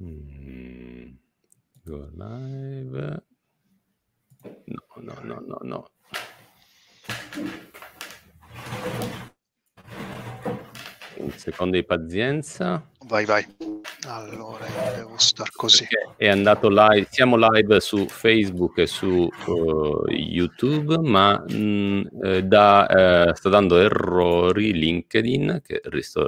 Go live. No. Un secondo di pazienza. Vai. Allora, io devo star così. Perché è andato live, siamo live su Facebook e su YouTube, ma sta dando errori LinkedIn, che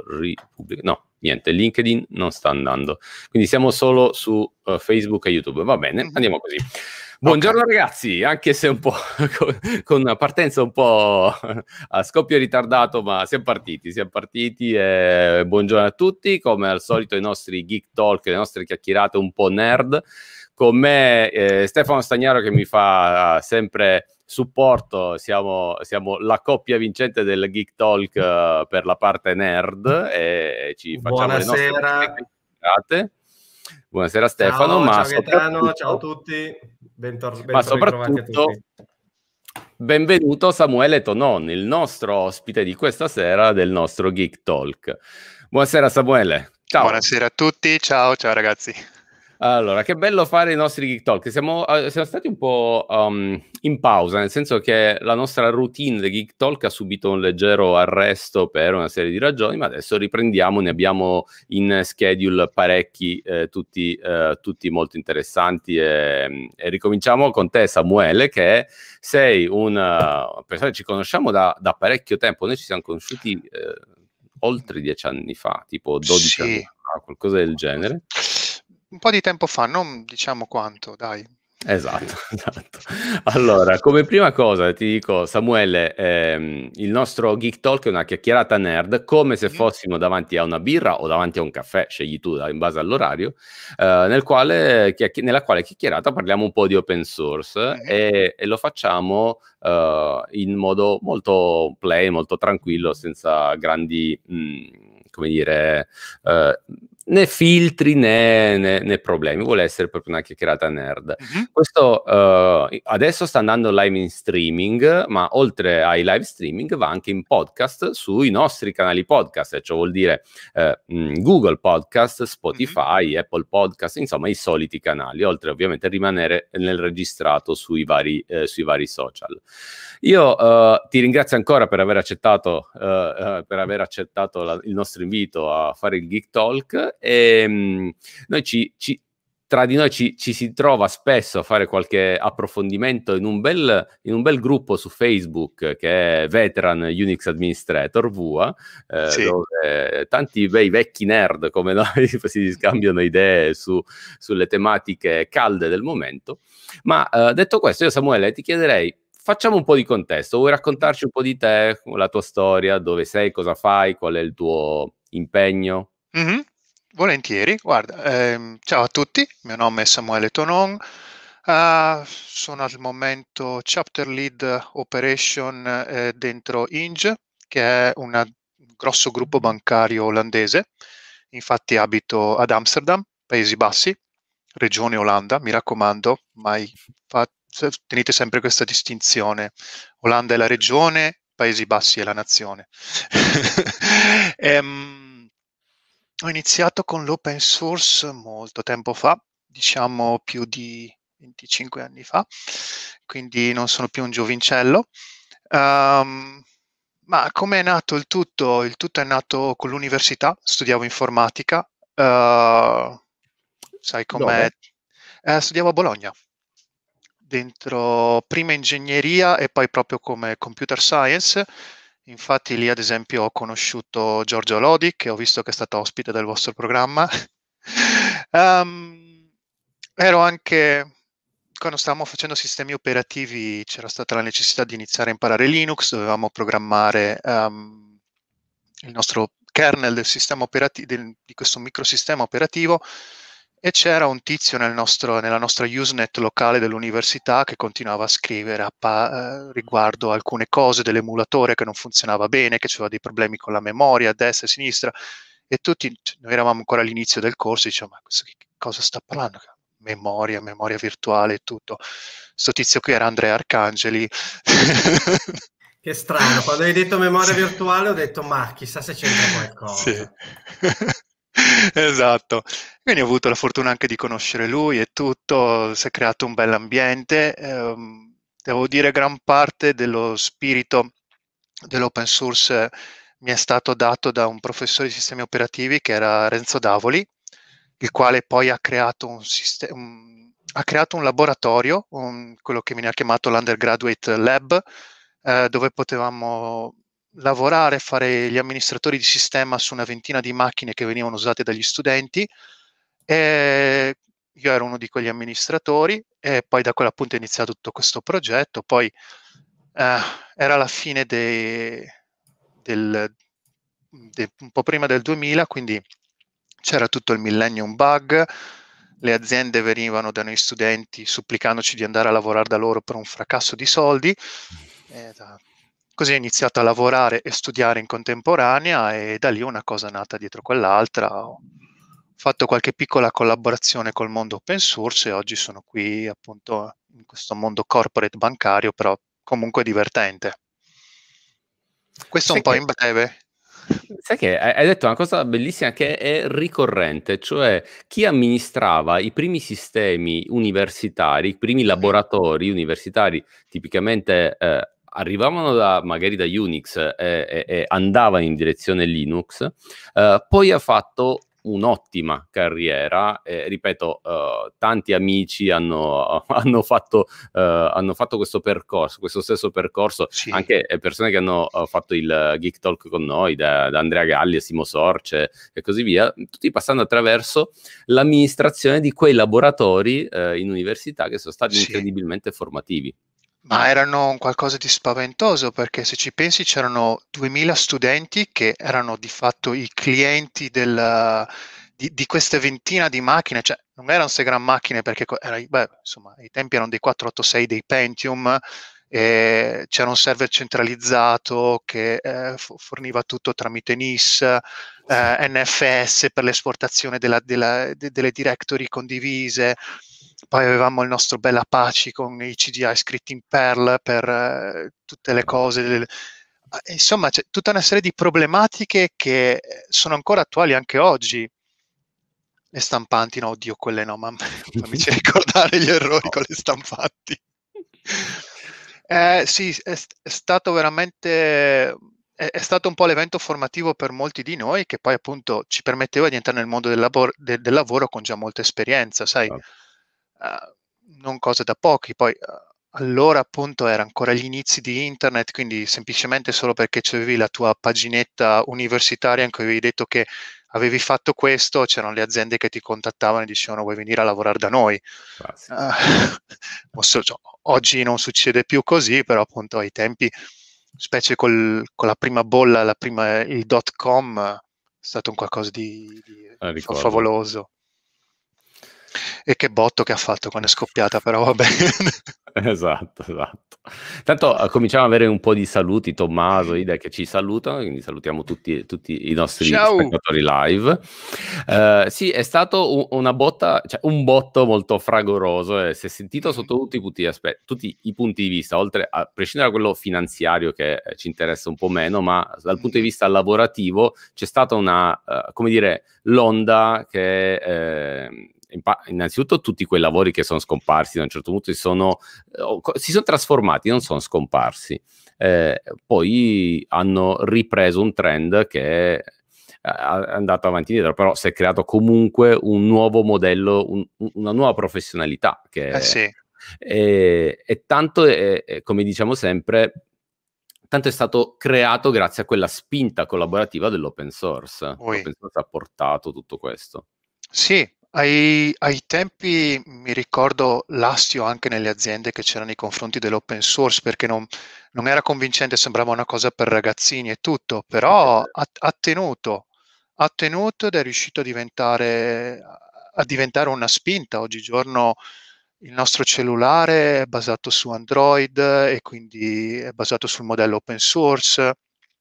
no, niente, LinkedIn non sta andando. Quindi siamo solo su Facebook e YouTube. Va bene, andiamo così. Buongiorno ragazzi, anche se un po' con una partenza un po' a scoppio ritardato, ma siamo partiti e buongiorno a tutti, come al solito i nostri geek talk, le nostre chiacchierate un po' nerd, con me Stefano Stagnaro che mi fa sempre supporto, siamo la coppia vincente del geek talk per la parte nerd e ci facciamo le nostre chiacchierate. Buonasera Stefano, ciao Gaetano, ciao a tutti, ma soprattutto benvenuto Samuele Tonon, il nostro ospite di questa sera del nostro Geek Talk. Buonasera Samuele, ciao. Buonasera a tutti, ciao ragazzi. Allora, che bello fare i nostri Geek Talk. Siamo stati un po' in pausa, nel senso che la nostra routine di Geek Talk ha subito un leggero arresto per una serie di ragioni, ma adesso riprendiamo, ne abbiamo in schedule parecchi, tutti molto interessanti e ricominciamo con te Samuele, che sei una persona che ci conosciamo da parecchio tempo. Noi ci siamo conosciuti oltre 10 anni fa, tipo 12 anni fa, qualcosa del genere. Un po' di tempo fa, non diciamo quanto, dai. Esatto. Allora, come prima cosa ti dico, Samuele, il nostro Geek Talk è una chiacchierata nerd, come se fossimo davanti a una birra o davanti a un caffè, scegli tu in base all'orario, nella quale chiacchierata parliamo un po' di open source e lo facciamo in modo molto play, molto tranquillo, senza grandi, come dire, né filtri né problemi, vuole essere proprio una chiacchierata nerd. Questo adesso sta andando live in streaming, ma oltre ai live streaming va anche in podcast sui nostri canali podcast, cioè vuol dire Google Podcast, Spotify, Apple Podcast, insomma i soliti canali, oltre ovviamente a rimanere nel registrato sui vari social. Io ti ringrazio ancora per aver accettato il nostro invito a fare il Geek Talk e noi tra di noi ci si trova spesso a fare qualche approfondimento in un bel gruppo su Facebook che è Veteran Unix Administrator, VUA, dove tanti bei vecchi nerd come noi si scambiano idee sulle tematiche calde del momento. Ma detto questo, io Samuele ti chiederei, facciamo un po' di contesto, vuoi raccontarci un po' di te, la tua storia, dove sei, cosa fai, qual è il tuo impegno? Volentieri, guarda, ciao a tutti, il mio nome è Samuele Tonon, sono al momento Chapter Lead Operation dentro Inge, che è un grosso gruppo bancario olandese, infatti abito ad Amsterdam, Paesi Bassi, regione Olanda, mi raccomando, tenete sempre questa distinzione, Olanda è la regione, Paesi Bassi è la nazione. Ho iniziato con l'open source molto tempo fa, diciamo più di 25 anni fa, quindi non sono più un giovincello. Ma come è nato il tutto? Il tutto è nato con l'università, studiavo informatica. Sai com'è? Studiavo a Bologna, dentro prima ingegneria e poi proprio come computer science. Infatti lì ad esempio ho conosciuto Giorgio Lodi, che ho visto che è stato ospite del vostro programma. Ero anche, quando stavamo facendo sistemi operativi, c'era stata la necessità di iniziare a imparare Linux, dovevamo programmare il nostro kernel del sistema operativo, di questo microsistema operativo, e c'era un tizio nella nostra Usenet locale dell'università che continuava a scrivere riguardo alcune cose dell'emulatore che non funzionava bene, che aveva dei problemi con la memoria a destra e a sinistra, e tutti, noi eravamo ancora all'inizio del corso, diciamo, ma questo che cosa sta parlando? Memoria virtuale e tutto. Sto tizio qui era Andrea Arcangeli. Che strano, quando hai detto memoria virtuale ho detto ma chissà se c'entra qualcosa. Sì. Esatto. Quindi ho avuto la fortuna anche di conoscere lui e tutto, si è creato un bell'ambiente. Devo dire, gran parte dello spirito dell'open source mi è stato dato da un professore di sistemi operativi che era Renzo Davoli, il quale poi ha creato un laboratorio, quello che viene chiamato l'Undergraduate Lab, dove potevamo lavorare, fare gli amministratori di sistema su una ventina di macchine che venivano usate dagli studenti. E io ero uno di quegli amministratori e poi da quel punto è iniziato tutto questo progetto. Poi era la fine un po' prima del 2000, quindi c'era tutto il Millennium Bug, le aziende venivano da noi studenti supplicandoci di andare a lavorare da loro per un fracasso di soldi. Così ho iniziato a lavorare e studiare in contemporanea e da lì una cosa è nata dietro quell'altra. Ho fatto qualche piccola collaborazione col mondo open source e oggi sono qui appunto in questo mondo corporate bancario, però comunque divertente. Questo Sai un po' che in breve. Sai che hai detto una cosa bellissima che è ricorrente, cioè chi amministrava i primi sistemi universitari, i primi laboratori universitari, tipicamente arrivavano magari da Unix e andavano in direzione Linux, poi ha fatto un'ottima carriera, ripeto, tanti amici hanno fatto questo percorso, questo stesso percorso, Sì. anche persone che hanno fatto il Geek Talk con noi, da Andrea Galli a Simo Sorce e così via, tutti passando attraverso l'amministrazione di quei laboratori in università che sono stati incredibilmente formativi. Ma erano un qualcosa di spaventoso, perché se ci pensi c'erano 2000 studenti che erano di fatto i clienti di queste ventina di macchine, cioè non erano queste gran macchine perché insomma, ai tempi erano dei 486 dei Pentium, c'era un server centralizzato che forniva tutto tramite NIS, NFS per l'esportazione delle directory condivise. Poi avevamo il nostro bel Apache con i CDI scritti in Perl per tutte le cose. Insomma, c'è tutta una serie di problematiche che sono ancora attuali anche oggi. Le stampanti, no, oddio, quelle no, ma fammici ricordare gli errori con le stampanti. Sì, è stato veramente... È stato un po' l'evento formativo per molti di noi, che poi appunto ci permetteva di entrare nel mondo del lavoro con già molta esperienza, sai, non cose da pochi. Poi allora appunto era ancora gli inizi di internet, quindi semplicemente solo perché c'avevi la tua paginetta universitaria in cui avevi detto che avevi fatto questo, c'erano le aziende che ti contattavano e dicevano: vuoi venire a lavorare da noi? Oggi non succede più così, però appunto ai tempi, specie con la prima bolla, il .com, è stato un qualcosa di favoloso. E che botto che ha fatto quando è scoppiata, però va bene. Esatto. Tanto cominciamo ad avere un po' di saluti, Tommaso, Ida che ci salutano, quindi salutiamo tutti i nostri spettatori live. Sì, è stato una botta, cioè un botto molto fragoroso e si è sentito sotto tutti i punti di vista, oltre a prescindere da quello finanziario che ci interessa un po' meno, ma dal punto di vista lavorativo c'è stata come dire, l'onda che... innanzitutto tutti quei lavori che sono scomparsi da un certo punto si sono trasformati, non sono scomparsi, poi hanno ripreso un trend che è andato avanti e indietro, però si è creato comunque un nuovo modello, una nuova professionalità che e tanto come diciamo sempre, tanto è stato creato grazie a quella spinta collaborativa dell'open source. L'open source ha portato tutto questo. Sì, ai tempi mi ricordo l'astio anche nelle aziende che c'erano nei confronti dell'open source, perché non era convincente, sembrava una cosa per ragazzini e tutto, però ha tenuto ed è riuscito a diventare una spinta. Oggigiorno il nostro cellulare è basato su Android e quindi è basato sul modello open source.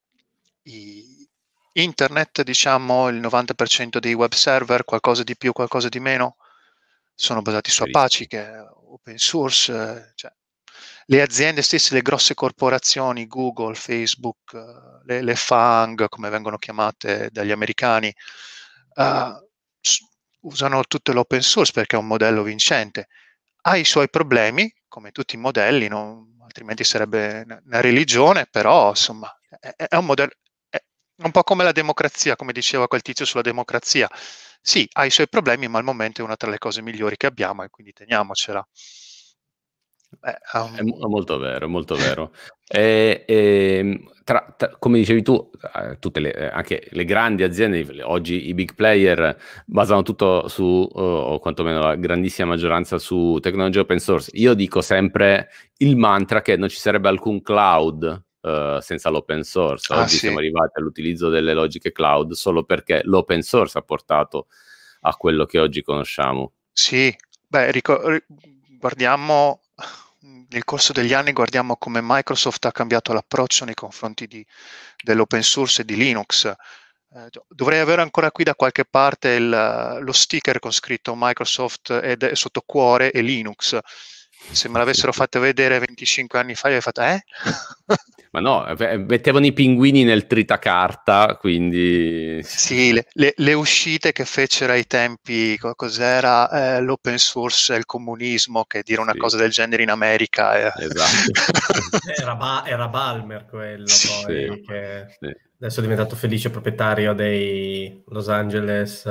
Internet, diciamo, il 90% dei web server, qualcosa di più, qualcosa di meno, sono basati su Apache, che è open source. Cioè, le aziende stesse, le grosse corporazioni, Google, Facebook, le FAANG, come vengono chiamate dagli americani, usano tutto l'open source perché è un modello vincente. Ha i suoi problemi, come tutti i modelli, altrimenti sarebbe una religione, però insomma è un modello, è un po' come la democrazia, come diceva quel tizio sulla democrazia. Sì, ha i suoi problemi, ma al momento è una tra le cose migliori che abbiamo e quindi teniamocela. È molto vero, è molto vero. Come dicevi tu, tutte anche le grandi aziende, oggi i big player basano tutto su, o quantomeno la grandissima maggioranza, su tecnologia open source. Io dico sempre il mantra che non ci sarebbe alcun cloud senza l'open source. Oggi siamo arrivati all'utilizzo delle logiche cloud solo perché l'open source ha portato a quello che oggi conosciamo. Sì, guardiamo nel corso degli anni, guardiamo come Microsoft ha cambiato l'approccio nei confronti dell'open source e di Linux. Dovrei avere ancora qui da qualche parte lo sticker con scritto Microsoft ed sotto cuore e Linux. Se me l'avessero fatto vedere 25 anni fa, io avrei fatto Ma no, mettevano i pinguini nel tritacarta, quindi... Sì, le uscite che fecero ai tempi, cos'era l'open source e il comunismo, che dire una cosa del genere in America. Esatto. Era Balmer quello, sì, poi, che adesso è diventato felice proprietario dei Los Angeles,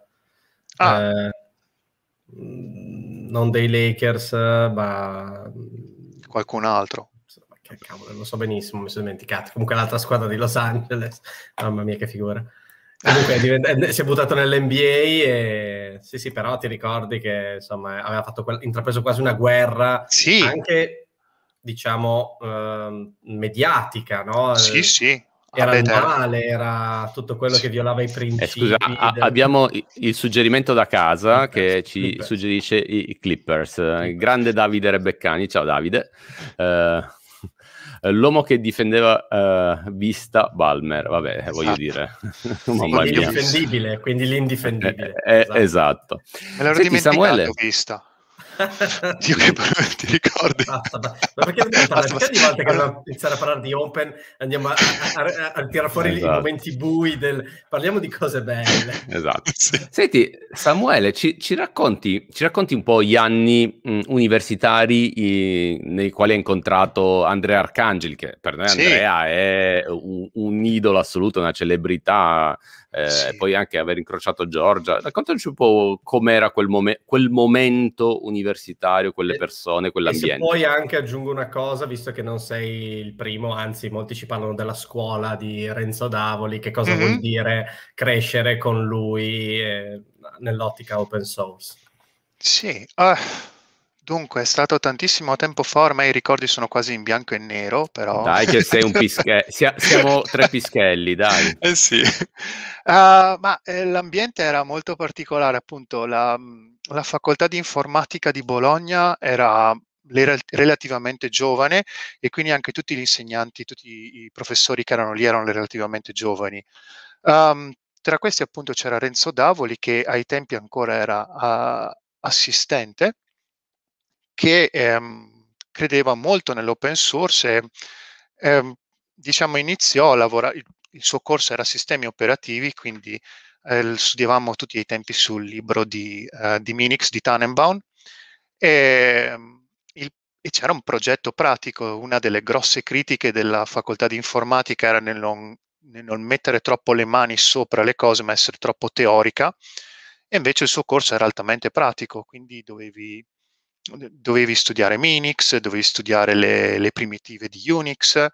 non dei Lakers, ma... qualcun altro. Che cavolo, lo so benissimo, mi sono dimenticato. Comunque l'altra squadra di Los Angeles, mamma mia che figura. Comunque si è buttato nell'NBA e sì, però ti ricordi che insomma aveva intrapreso quasi una guerra, anche diciamo mediatica, no? Sì. Era il male, era tutto quello che violava i principi. Scusa, abbiamo il suggerimento da casa che ci suggerisce i Clippers. Grande Davide Rebeccani, ciao Davide. L'uomo che difendeva Vista Balmer, vabbè, voglio dire. Mamma mia. L'indifendibile, quindi l'indifendibile. Esatto. Me l'ero dimenticato, Samuele. Vista. Dio, che ti ricordi? Basta. Ma perché di volte che dobbiamo iniziare a parlare di Open andiamo a tirare fuori i momenti bui parliamo di cose belle. Esatto. Senti, Samuele, ci racconti un po' gli anni universitari nei quali hai incontrato Andrea Arcangeli, che per noi Andrea è un idolo assoluto, una celebrità. Poi anche aver incrociato Giorgia. Raccontaci un po' com'era quel momento universitario, quelle persone, quell'ambiente. E se poi anche aggiungo una cosa, visto che non sei il primo, anzi molti ci parlano della scuola di Renzo Davoli, che cosa vuol dire crescere con lui nell'ottica open source? Sì, dunque è stato tantissimo tempo fa, ormai i ricordi sono quasi in bianco e nero, però... Dai che sei un siamo tre pischelli, dai. Sì. Ma l'ambiente era molto particolare, appunto, la facoltà di informatica di Bologna era relativamente giovane e quindi anche tutti gli insegnanti, tutti i professori che erano lì erano relativamente giovani. Tra questi appunto c'era Renzo Davoli, che ai tempi ancora era assistente, che credeva molto nell'open source e diciamo iniziò a lavorare, il suo corso era sistemi operativi, quindi studiavamo tutti ai tempi sul libro di Minix di Tannenbaum e c'era un progetto pratico. Una delle grosse critiche della facoltà di informatica era nel non mettere troppo le mani sopra le cose, ma essere troppo teorica, e invece il suo corso era altamente pratico, quindi dovevi studiare Minix, dovevi studiare le primitive di Unix,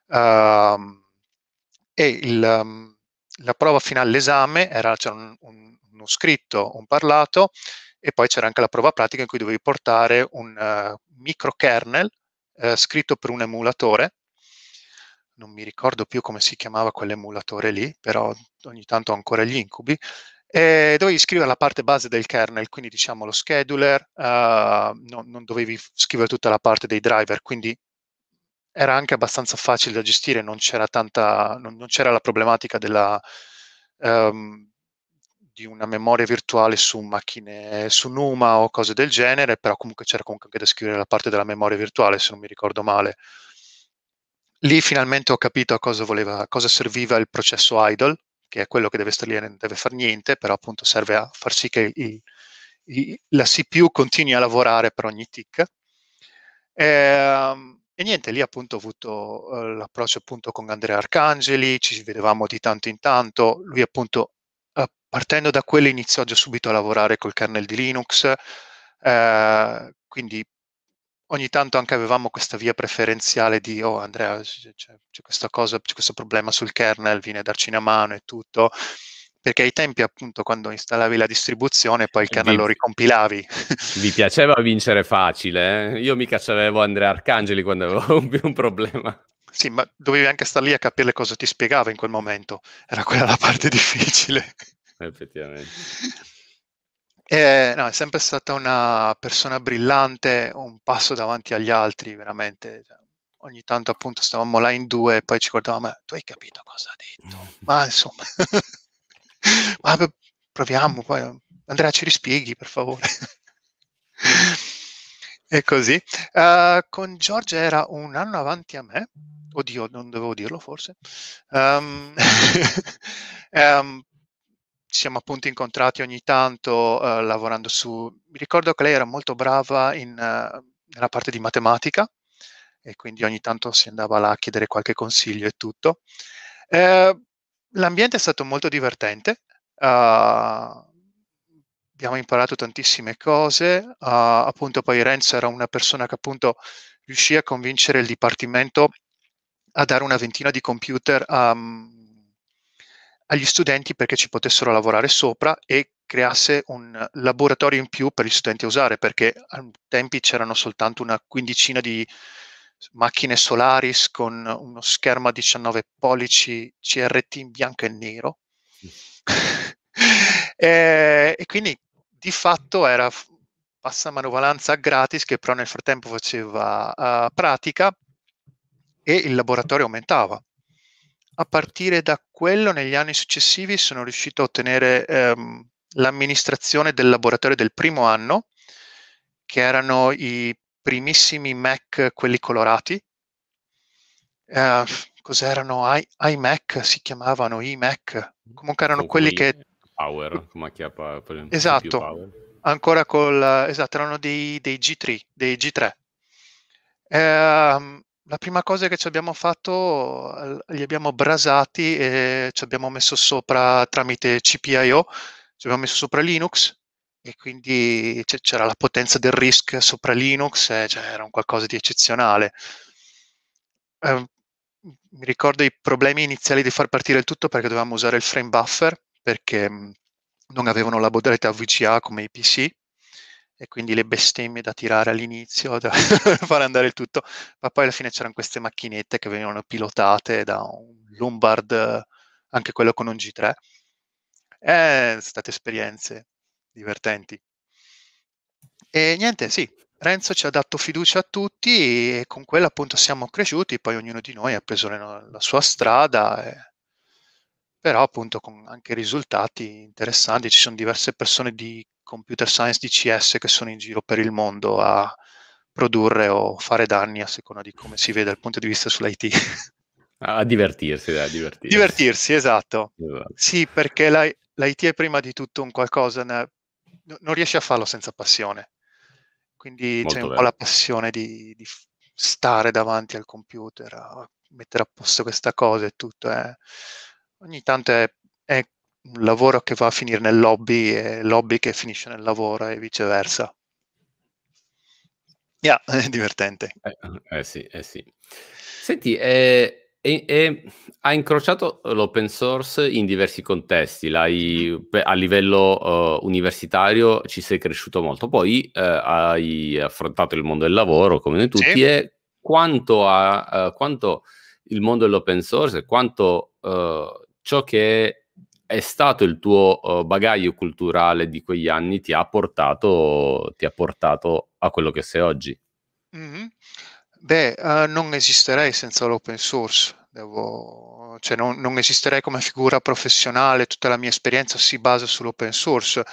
e la prova finale, l'esame, c'era uno scritto, un parlato, e poi c'era anche la prova pratica in cui dovevi portare un microkernel scritto per un emulatore. Non mi ricordo più come si chiamava quell'emulatore lì, però ogni tanto ho ancora gli incubi. E dovevi scrivere la parte base del kernel, quindi diciamo lo scheduler, non dovevi scrivere tutta la parte dei driver, quindi era anche abbastanza facile da gestire, non c'era la problematica di una memoria virtuale su macchine, su NUMA o cose del genere, però comunque c'era comunque anche da scrivere la parte della memoria virtuale, se non mi ricordo male. Lì finalmente ho capito a cosa serviva il processo idle, che è quello che deve stare lì e non deve fare niente, però appunto serve a far sì che la CPU continui a lavorare per ogni tick. E niente, lì appunto ho avuto l'approccio appunto con Andrea Arcangeli, ci vedevamo di tanto in tanto, lui appunto partendo da quello iniziò già subito a lavorare col kernel di Linux, quindi ogni tanto anche avevamo questa via preferenziale di oh Andrea c'è questa cosa, c'è questo problema sul kernel, vieni a darci una mano e tutto, perché ai tempi appunto quando installavi la distribuzione poi il kernel lo ricompilavi. Vi piaceva vincere facile, eh? Io mica c'avevo Andrea Arcangeli quando avevo un problema. Sì, ma dovevi anche stare lì a capire cosa ti spiegava in quel momento, era quella la parte difficile. Effettivamente. No, è sempre stata una persona brillante, un passo davanti agli altri, veramente. Ogni tanto appunto stavamo là in due e poi ci guardavamo, ma tu hai capito cosa ha detto? Ma insomma, ma proviamo, poi Andrea ci rispieghi per favore. E così. Con Giorgia era un anno avanti a me, oddio, non dovevo dirlo forse. Ci siamo appunto incontrati ogni tanto lavorando su... Mi ricordo che lei era molto brava nella parte di matematica e quindi ogni tanto si andava là a chiedere qualche consiglio e tutto. L'ambiente è stato molto divertente, abbiamo imparato tantissime cose, appunto poi Renzo era una persona che appunto riuscì a convincere il dipartimento a dare una ventina di computer agli studenti perché ci potessero lavorare sopra e creasse un laboratorio in più per gli studenti a usare, perché a tempi c'erano soltanto una quindicina di macchine Solaris con uno schermo a 19 pollici CRT in bianco e nero. E quindi di fatto era passamanovalanza gratis che però nel frattempo faceva pratica e il laboratorio aumentava. A partire da quello, negli anni successivi, sono riuscito a ottenere l'amministrazione del laboratorio del primo anno, che erano i primissimi Mac, quelli colorati. Cos'erano? iMac si chiamavano, iMac. Comunque erano quelli che... Power, come chiama? Esatto, Power. ancora esatto, erano dei G3. La prima cosa che ci abbiamo fatto, li abbiamo brasati e ci abbiamo messo sopra tramite CPIO, ci abbiamo messo sopra Linux e quindi c'era la potenza del RISC sopra Linux, cioè era un qualcosa di eccezionale. Mi ricordo i problemi iniziali di far partire il tutto perché dovevamo usare il frame buffer perché non avevano la modalità VGA come i PC e quindi le bestemmie da tirare all'inizio da far andare il tutto, ma poi alla fine c'erano queste macchinette che venivano pilotate da un Lombard, anche quello con un G3. Sono state esperienze divertenti. E niente, sì, Renzo ci ha dato fiducia a tutti e con quella appunto siamo cresciuti, poi ognuno di noi ha preso la sua strada, però appunto con anche risultati interessanti. Ci sono diverse persone di computer science DCS che sono in giro per il mondo a produrre o fare danni a seconda di come si vede dal punto di vista sull'IT. A divertirsi, dai, divertirsi. Divertirsi, esatto. Sì, perché l'IT è prima di tutto un qualcosa, non riesci a farlo senza passione. Quindi Molto c'è un vero. po' la passione di stare davanti al computer, a mettere a posto questa cosa e tutto. Ogni tanto è un lavoro che va a finire nel lobby e lobby che finisce nel lavoro e viceversa. Yeah, è divertente. Sì. Senti, hai incrociato l'open source in diversi contesti, a livello universitario ci sei cresciuto molto, poi hai affrontato il mondo del lavoro come noi tutti, sì. E quanto il mondo dell'open source e quanto ciò che è stato il tuo bagaglio culturale di quegli anni ti ha portato a quello che sei oggi? Mm-hmm. Non esisterei senza l'open source, cioè non esisterei come figura professionale, tutta la mia esperienza si basa sull'open source.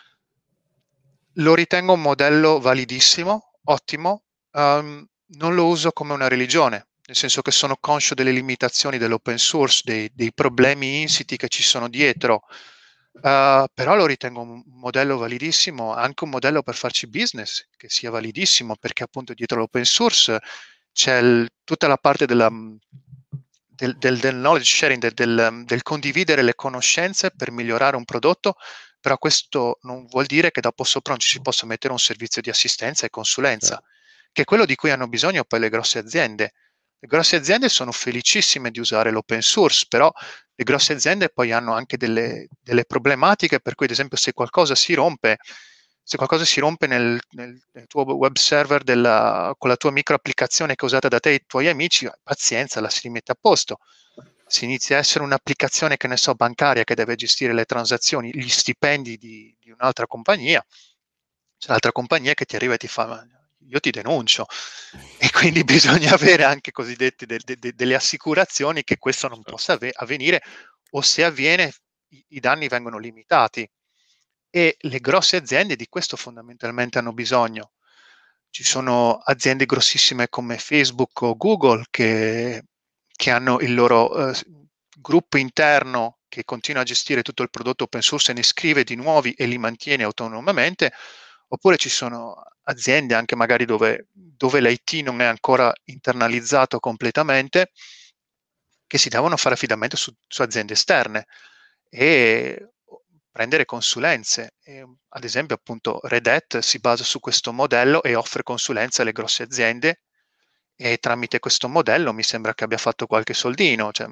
Lo ritengo un modello validissimo, ottimo, non lo uso come una religione, nel senso che sono conscio delle limitazioni dell'open source, dei problemi insiti che ci sono dietro, però lo ritengo un modello validissimo, anche un modello per farci business che sia validissimo, perché appunto dietro l'open source c'è tutta la parte del knowledge sharing, del condividere le conoscenze per migliorare un prodotto, però questo non vuol dire che dopo sopra non ci si possa mettere un servizio di assistenza e consulenza, che è quello di cui hanno bisogno poi le grosse aziende. Le grosse aziende sono felicissime di usare l'open source, però le grosse aziende poi hanno anche delle problematiche, per cui ad esempio se qualcosa si rompe nel tuo web server con la tua micro applicazione che è usata da te e i tuoi amici, pazienza, la si rimette a posto. Se inizia a essere un'applicazione, che ne so, bancaria, che deve gestire le transazioni, gli stipendi di un'altra compagnia, c'è l'altra compagnia che ti arriva e ti fa: io ti denuncio. E quindi bisogna avere anche cosiddette delle assicurazioni che questo non possa avvenire, o se avviene i danni vengono limitati. E le grosse aziende di questo fondamentalmente hanno bisogno. Ci sono aziende grossissime come Facebook o Google che hanno il loro gruppo interno che continua a gestire tutto il prodotto open source e ne scrive di nuovi e li mantiene autonomamente, oppure ci sono aziende anche magari dove l'IT non è ancora internalizzato completamente, che si devono fare affidamento su aziende esterne e prendere consulenze. Ad esempio appunto Red Hat si basa su questo modello e offre consulenze alle grosse aziende, e tramite questo modello mi sembra che abbia fatto qualche soldino, cioè,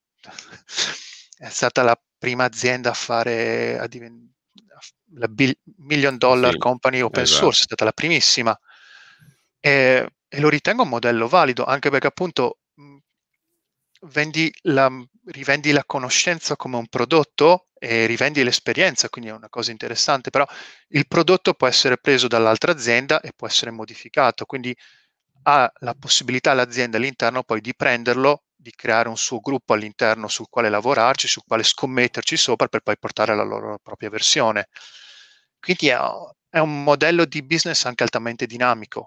è stata la prima azienda a fare la $1 million company open source, è stata la primissima, e lo ritengo un modello valido, anche perché appunto rivendi la conoscenza come un prodotto e rivendi l'esperienza, quindi è una cosa interessante, però il prodotto può essere preso dall'altra azienda e può essere modificato, quindi ha la possibilità l'azienda all'interno poi di prenderlo, di creare un suo gruppo all'interno sul quale lavorarci, sul quale scommetterci sopra per poi portare la loro propria versione. Quindi è un modello di business anche altamente dinamico.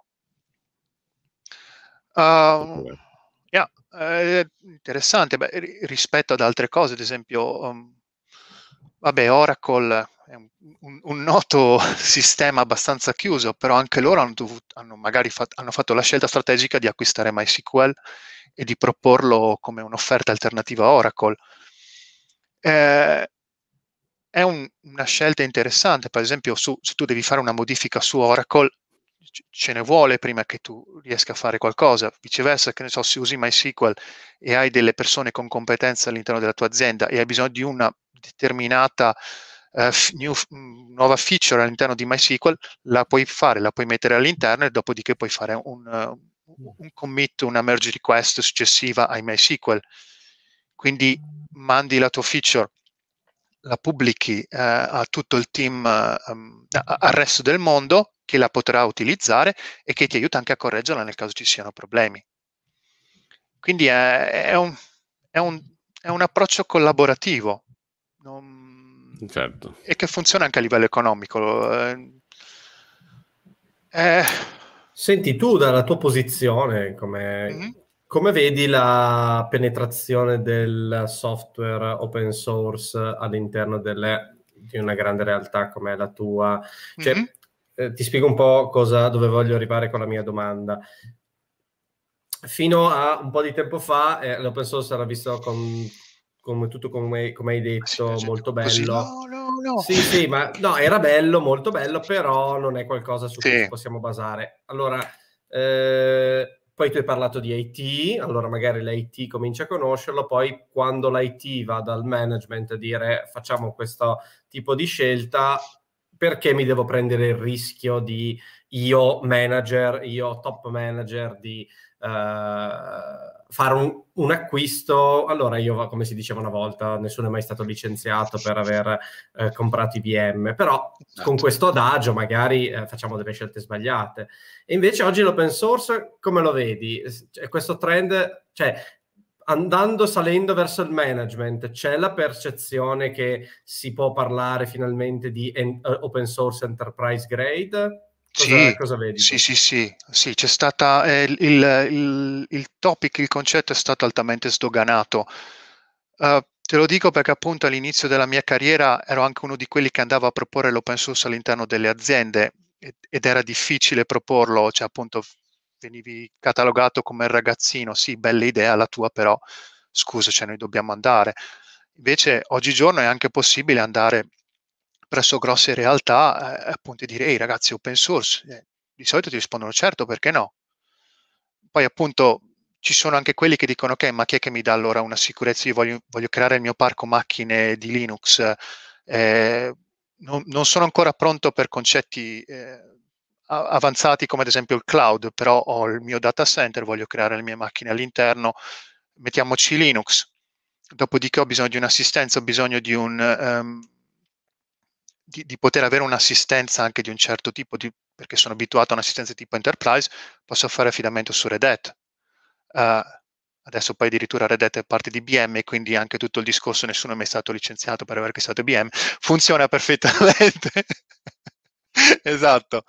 Interessante. Rispetto ad altre cose, ad esempio, Oracle è un noto sistema abbastanza chiuso, però anche loro hanno fatto la scelta strategica di acquistare MySQL e di proporlo come un'offerta alternativa a Oracle. È una scelta interessante. Per esempio, se tu devi fare una modifica su Oracle, ce ne vuole prima che tu riesca a fare qualcosa. Viceversa, che ne so, se usi MySQL e hai delle persone con competenze all'interno della tua azienda e hai bisogno di una determinata nuova feature all'interno di MySQL, la puoi mettere all'interno e dopodiché puoi fare un commit, una merge request successiva ai MySQL. Quindi mandi la tua feature, la pubblichi a tutto il team, al resto del mondo, che la potrà utilizzare e che ti aiuta anche a correggerla nel caso ci siano problemi. Quindi è un approccio collaborativo, certo, e che funziona anche a livello economico. Senti, tu dalla tua posizione, come vedi la penetrazione del software open source all'interno di una grande realtà come la tua? Cioè, ti spiego un po' dove voglio arrivare con la mia domanda. Fino a un po' di tempo fa l'open source era visto come tutto, come hai detto, molto bello. No. Sì, ma no, era bello, molto bello, però non è qualcosa su cui ci possiamo basare. Allora, poi tu hai parlato di IT, allora magari l'IT comincia a conoscerlo, poi quando l'IT va dal management a dire facciamo questo tipo di scelta, perché mi devo prendere il rischio di io top manager, di fare un acquisto? Allora io, come si diceva una volta, nessuno è mai stato licenziato per aver comprato IBM, però con questo adagio magari facciamo delle scelte sbagliate. E invece oggi l'open source come lo vedi? Questo trend, cioè salendo verso il management, c'è la percezione che si può parlare finalmente di open source enterprise grade? Cosa vedi? Sì, c'è stata il topic, il concetto è stato altamente sdoganato. Te lo dico perché appunto all'inizio della mia carriera ero anche uno di quelli che andava a proporre l'open source all'interno delle aziende ed era difficile proporlo, cioè appunto venivi catalogato come il ragazzino, sì, bella idea la tua, però scusa, cioè noi dobbiamo andare. Invece oggigiorno è anche possibile andare presso grosse realtà appunto e dire, ehi ragazzi, open source, di solito ti rispondono certo, perché no? Poi appunto ci sono anche quelli che dicono, ok, ma chi è che mi dà allora una sicurezza? Io voglio creare il mio parco macchine di Linux, non sono ancora pronto per concetti avanzati come ad esempio il cloud, però ho il mio data center, voglio creare le mie macchine all'interno, mettiamoci Linux. Dopodiché ho bisogno di un'assistenza, ho bisogno di di poter avere un'assistenza anche di un certo tipo, perché sono abituato a un'assistenza tipo Enterprise, posso fare affidamento su Red Hat. Adesso poi addirittura Red Hat è parte di IBM e quindi anche tutto il discorso, nessuno è mai stato licenziato per aver acquistato IBM, funziona perfettamente. Esatto.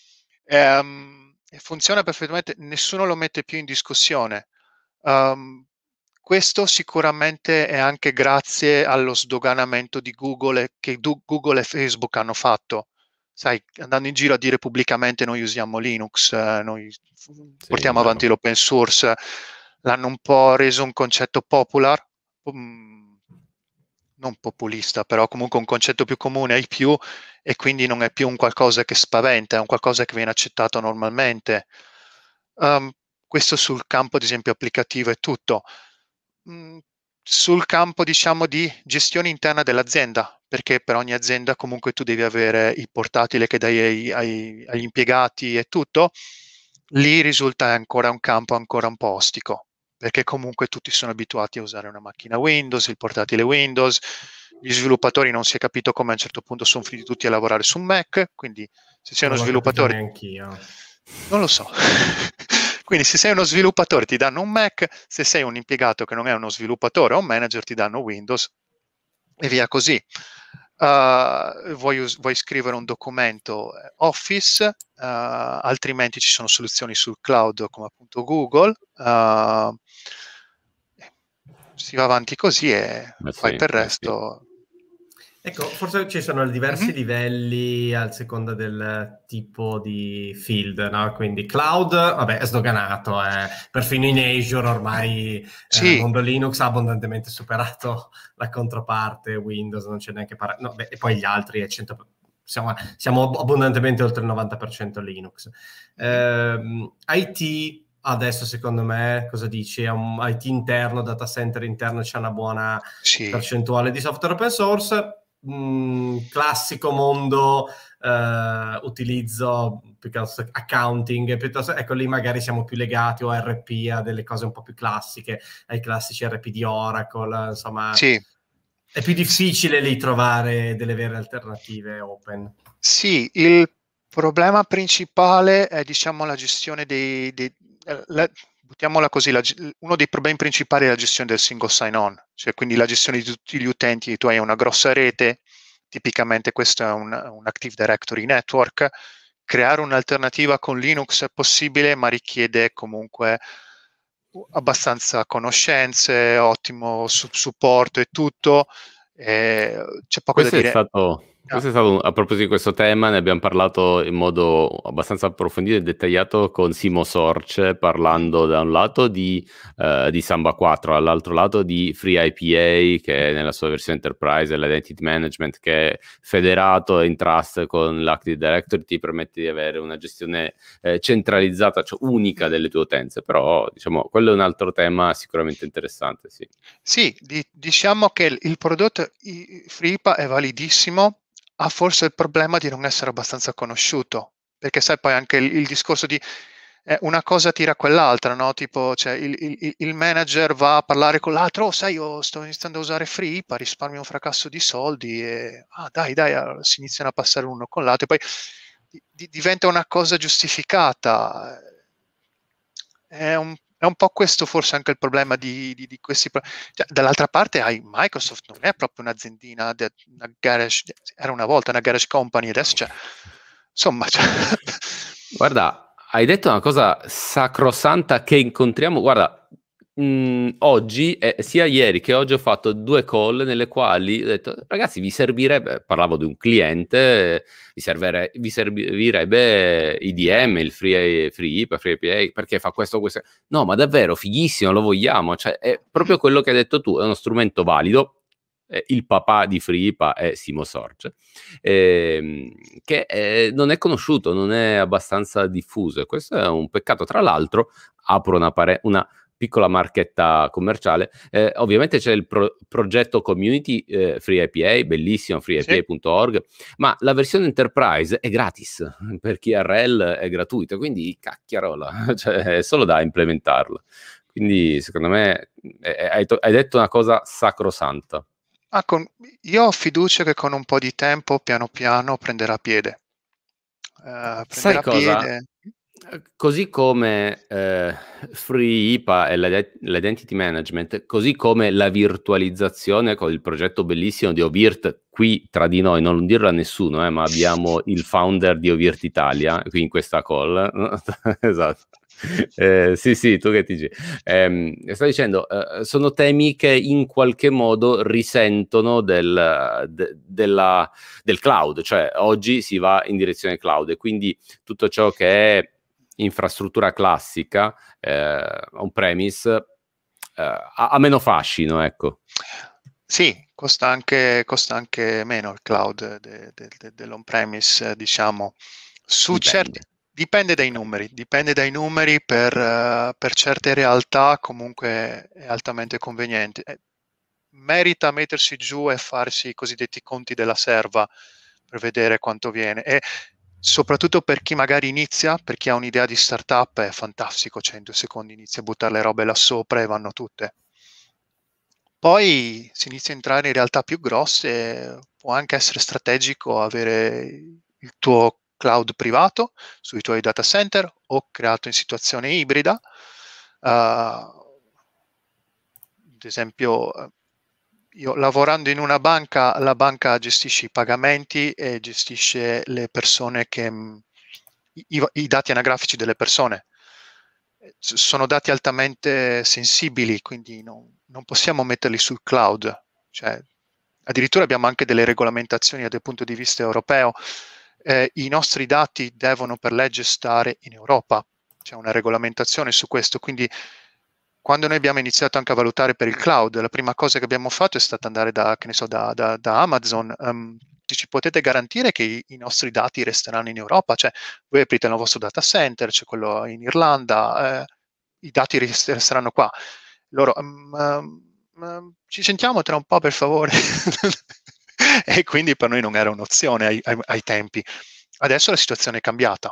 Funziona perfettamente, nessuno lo mette più in discussione. Questo sicuramente è anche grazie allo sdoganamento di Google che Google e Facebook hanno fatto. Sai, andando in giro a dire pubblicamente noi usiamo Linux, noi portiamo avanti l'open source, l'hanno un po' reso un concetto popular, non populista, però comunque un concetto più comune ai più, e quindi non è più un qualcosa che spaventa, è un qualcosa che viene accettato normalmente. Questo sul campo, ad esempio, applicativo è tutto. Sul campo, diciamo, di gestione interna dell'azienda, perché per ogni azienda comunque tu devi avere il portatile che dai agli impiegati e tutto, lì risulta ancora un campo ancora un po' ostico, perché comunque tutti sono abituati a usare una macchina Windows, il portatile Windows, gli sviluppatori non si è capito come a un certo punto sono finiti tutti a lavorare su un Mac, quindi se sei uno sviluppatore... Neanch'io. Non lo so. Quindi se sei uno sviluppatore ti danno un Mac, se sei un impiegato che non è uno sviluppatore o un manager ti danno Windows e via così. Vuoi scrivere un documento Office, altrimenti ci sono soluzioni sul cloud come appunto Google. Si va avanti così e poi per il resto... Ecco, forse ci sono diversi livelli al seconda del tipo di field, no? Quindi cloud, vabbè, è sdoganato, perfino in Azure ormai il mondo Linux ha abbondantemente superato la controparte, Windows non c'è neanche e poi gli altri è 100%. Siamo abbondantemente oltre il 90% Linux. IT adesso, secondo me, cosa dici? È un IT interno, data center interno, c'è una buona percentuale di software open source. Classico mondo utilizzo piuttosto accounting, piuttosto, ecco, lì magari siamo più legati o RP, a delle cose un po' più classiche, ai classici RP di Oracle, insomma è più difficile lì trovare delle vere alternative open. Sì, il problema principale è, diciamo, la gestione buttiamola così, uno dei problemi principali è la gestione del single sign-on, cioè quindi la gestione di tutti gli utenti. Tu hai una grossa rete, tipicamente questo è un Active Directory network. Creare un'alternativa con Linux è possibile, ma richiede comunque abbastanza conoscenze, ottimo supporto e tutto. C'è poco da dire. Questo è stato, a proposito di questo tema, ne abbiamo parlato in modo abbastanza approfondito e dettagliato con Simo Sorce, parlando da un lato di Samba 4, dall'altro lato di FreeIPA, che è nella sua versione Enterprise, e l'Identity Management, che è federato in trust con l'Active Directory, ti permette di avere una gestione centralizzata, cioè unica delle tue utenze. Però, diciamo, quello è un altro tema sicuramente interessante, sì. Sì, diciamo che il prodotto FreeIPA è validissimo, ha forse il problema di non essere abbastanza conosciuto, perché sai poi anche il discorso di una cosa tira quell'altra, no? Tipo, cioè, il manager va a parlare con l'altro, sai, io sto iniziando a usare FreeIPA, risparmio un fracasso di soldi, e dai, allora si iniziano a passare l'uno con l'altro, e poi diventa una cosa giustificata. È un po' questo forse anche il problema di questi. Cioè, dall'altra parte hai Microsoft, non è proprio un'aziendina, una garage, era una volta una garage company, adesso insomma, cioè... Guarda, hai detto una cosa sacrosanta che incontriamo. Guarda, oggi, sia ieri che oggi ho fatto 2 call nelle quali ho detto, ragazzi, vi servirebbe, parlavo di un cliente, vi servirebbe IDM, il Free IPA, Free API, perché fa questo. No, ma davvero, fighissimo, lo vogliamo. Cioè, è proprio quello che hai detto tu, è uno strumento valido. Il papà di Free IPA è Simo Sorge, che non è conosciuto, non è abbastanza diffuso, e questo è un peccato. Tra l'altro, apro una piccola marchetta commerciale, ovviamente c'è il progetto community Free API, bellissimo, freeapi.org, ma la versione enterprise è gratis, per chi RL è gratuita, quindi cacchiarola, cioè è solo da implementarla. Quindi secondo me hai detto una cosa sacrosanta. Io ho fiducia che con un po' di tempo, piano piano, prenderà piede. Sai cosa? Così come Free IPA e l'identity management, così come la virtualizzazione con il progetto bellissimo di Ovirt, qui tra di noi, non dirlo a nessuno, ma abbiamo il founder di Ovirt Italia qui in questa call. Esatto. Sì, tu che ti dici? Sto dicendo, sono temi che in qualche modo risentono del cloud, cioè oggi si va in direzione cloud, e quindi tutto ciò che è infrastruttura classica, on-premise, ha meno fascino, ecco. Sì, costa anche meno il cloud dell'on-premise, diciamo. Dipende dai numeri, per certe realtà comunque è altamente conveniente. Merita mettersi giù e farsi i cosiddetti conti della serva per vedere quanto viene, e soprattutto per chi magari inizia, per chi ha un'idea di startup è fantastico, cioè in 2 secondi inizia a buttare le robe là sopra e vanno tutte. Poi si inizia a entrare in realtà più grosse, può anche essere strategico avere il tuo cloud privato sui tuoi data center o creato in situazione ibrida. Ad esempio, io lavorando in una banca, la banca gestisce i pagamenti e gestisce le persone i dati anagrafici delle persone. Sono dati altamente sensibili, quindi non possiamo metterli sul cloud. Cioè, addirittura abbiamo anche delle regolamentazioni dal punto di vista europeo. I nostri dati devono per legge stare in Europa. C'è una regolamentazione su questo, quindi quando noi abbiamo iniziato anche a valutare per il cloud, la prima cosa che abbiamo fatto è stata andare da Amazon. Ci potete garantire che i nostri dati resteranno in Europa? Cioè, voi aprite il vostro data center, c'è quello in Irlanda, i dati resteranno qua. Loro, ci sentiamo tra un po', per favore. E quindi per noi non era un'opzione ai tempi. Adesso la situazione è cambiata.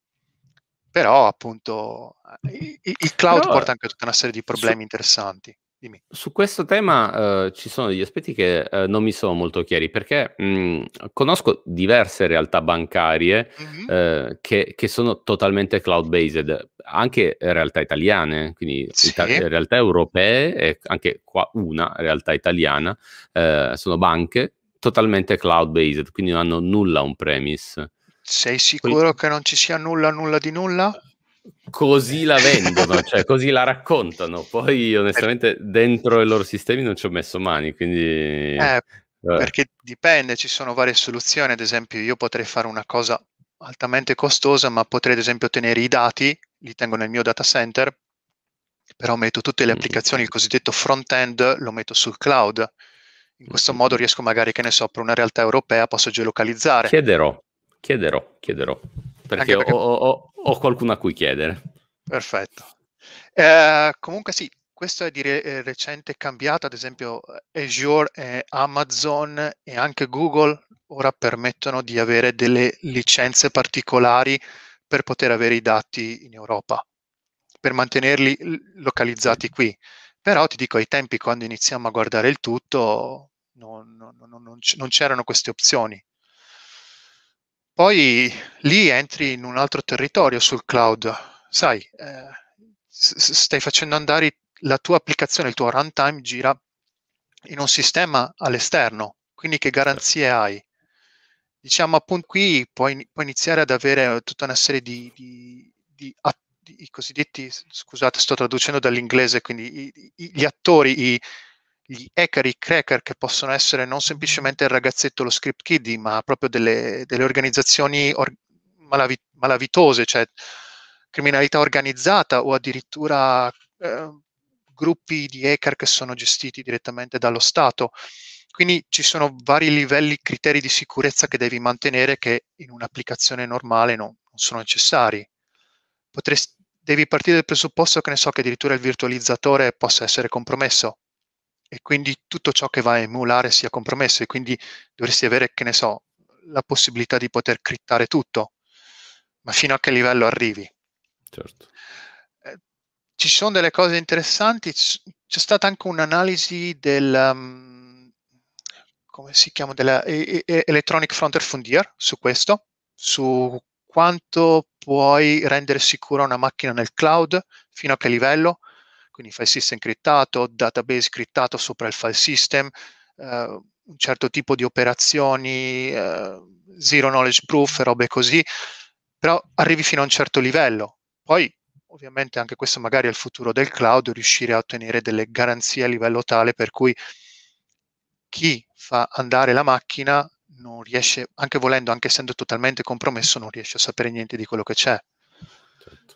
Però appunto il cloud porta anche tutta una serie di problemi interessanti. Dimmi. Su questo tema ci sono degli aspetti che non mi sono molto chiari, perché conosco diverse realtà bancarie che sono totalmente cloud-based, anche realtà italiane, quindi Sì. realtà europee, e anche qua una realtà italiana, sono banche totalmente cloud-based, quindi non hanno nulla on-premise. Sei sicuro che non ci sia nulla di nulla? Così la vendono, cioè così la raccontano. Poi onestamente dentro i loro sistemi non ci ho messo mani, quindi... perché dipende, ci sono varie soluzioni. Ad esempio, io potrei fare una cosa altamente costosa, ma potrei ad esempio tenere i dati, li tengo nel mio data center, però metto tutte le applicazioni, il cosiddetto front-end, lo metto sul cloud. In questo modo riesco magari, che ne so, per una realtà europea posso geolocalizzare. Chiederò, perché ho qualcuno a cui chiedere. Perfetto. Comunque sì, questo è di recente cambiato. Ad esempio Azure e Amazon e anche Google ora permettono di avere delle licenze particolari per poter avere i dati in Europa, per mantenerli localizzati qui. Però ti dico, ai tempi, quando iniziamo a guardare il tutto, non c'erano queste opzioni. Poi lì entri in un altro territorio sul cloud. Sai, stai facendo andare la tua applicazione, il tuo runtime gira in un sistema all'esterno, quindi che garanzie hai? diciamo appunto qui puoi iniziare ad avere tutta una serie di cosiddetti, scusate, sto traducendo dall'inglese, quindi gli attori, gli hacker, i cracker, che possono essere non semplicemente il ragazzetto, lo script kiddie, ma proprio delle organizzazioni malavitose, cioè criminalità organizzata, o addirittura gruppi di hacker che sono gestiti direttamente dallo Stato. Quindi ci sono vari livelli, criteri di sicurezza che devi mantenere, che in un'applicazione normale non sono necessari. Devi partire dal presupposto che ne so che addirittura il virtualizzatore possa essere compromesso, e quindi tutto ciò che va a emulare sia compromesso, e quindi dovresti avere, che ne so, la possibilità di poter crittare tutto. Ma fino a che livello arrivi? Certo. Ci sono delle cose interessanti. C'è stata anche un'analisi come si chiama, della Electronic Frontier Fundier su questo, su quanto puoi rendere sicura una macchina nel cloud, fino a che livello, quindi file system criptato, database criptato sopra il file system, un certo tipo di operazioni, zero knowledge proof, robe così, però arrivi fino a un certo livello. Poi ovviamente anche questo magari è il futuro del cloud, riuscire a ottenere delle garanzie a livello tale per cui chi fa andare la macchina non riesce, anche volendo, anche essendo totalmente compromesso, non riesce a sapere niente di quello che c'è. Certo.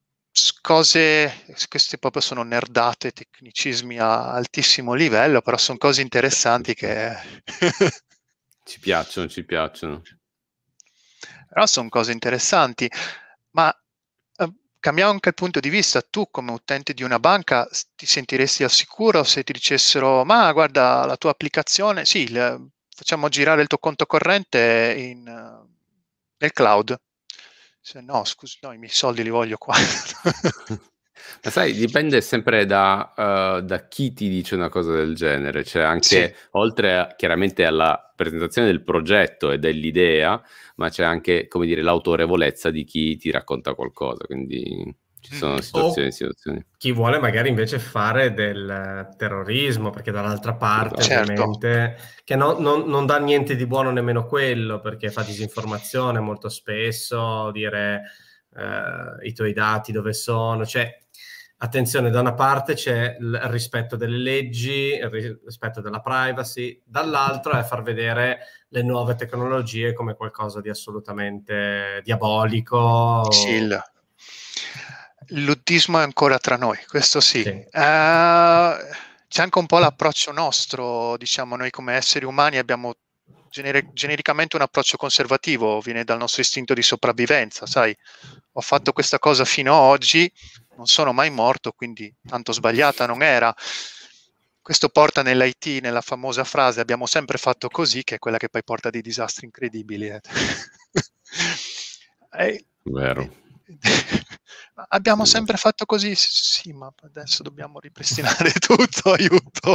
Queste proprio sono nerdate, tecnicismi a altissimo livello, però sono cose interessanti che ci piacciono. Però sono cose interessanti. Ma cambiamo anche il punto di vista. Tu, come utente di una banca, ti sentiresti al sicuro se ti dicessero: ma guarda, la tua applicazione, sì, facciamo girare il tuo conto corrente nel cloud? Se no, scusi, no, i miei soldi li voglio qua. Ma sai, dipende sempre da chi ti dice una cosa del genere, cioè anche oltre chiaramente alla presentazione del progetto e dell'idea, ma c'è anche, come dire, l'autorevolezza di chi ti racconta qualcosa, quindi ci sono situazioni. Chi vuole magari invece fare del terrorismo, perché dall'altra parte ovviamente che non dà niente di buono nemmeno quello, perché fa disinformazione molto spesso, dire i tuoi dati dove sono, cioè attenzione, da una parte c'è il rispetto delle leggi, il rispetto della privacy, dall'altro è far vedere le nuove tecnologie come qualcosa di assolutamente diabolico. Sì, l'uddismo è ancora tra noi, questo sì. C'è anche un po' l'approccio nostro, diciamo, noi come esseri umani abbiamo genericamente un approccio conservativo, viene dal nostro istinto di sopravvivenza, sai, ho fatto questa cosa fino ad oggi, non sono mai morto, quindi tanto sbagliata non era. Questo porta nell'IT, nella famosa frase "abbiamo sempre fatto così", che è quella che poi porta a dei disastri incredibili. Vero. Abbiamo sempre fatto così, sì, ma adesso dobbiamo ripristinare tutto, aiuto.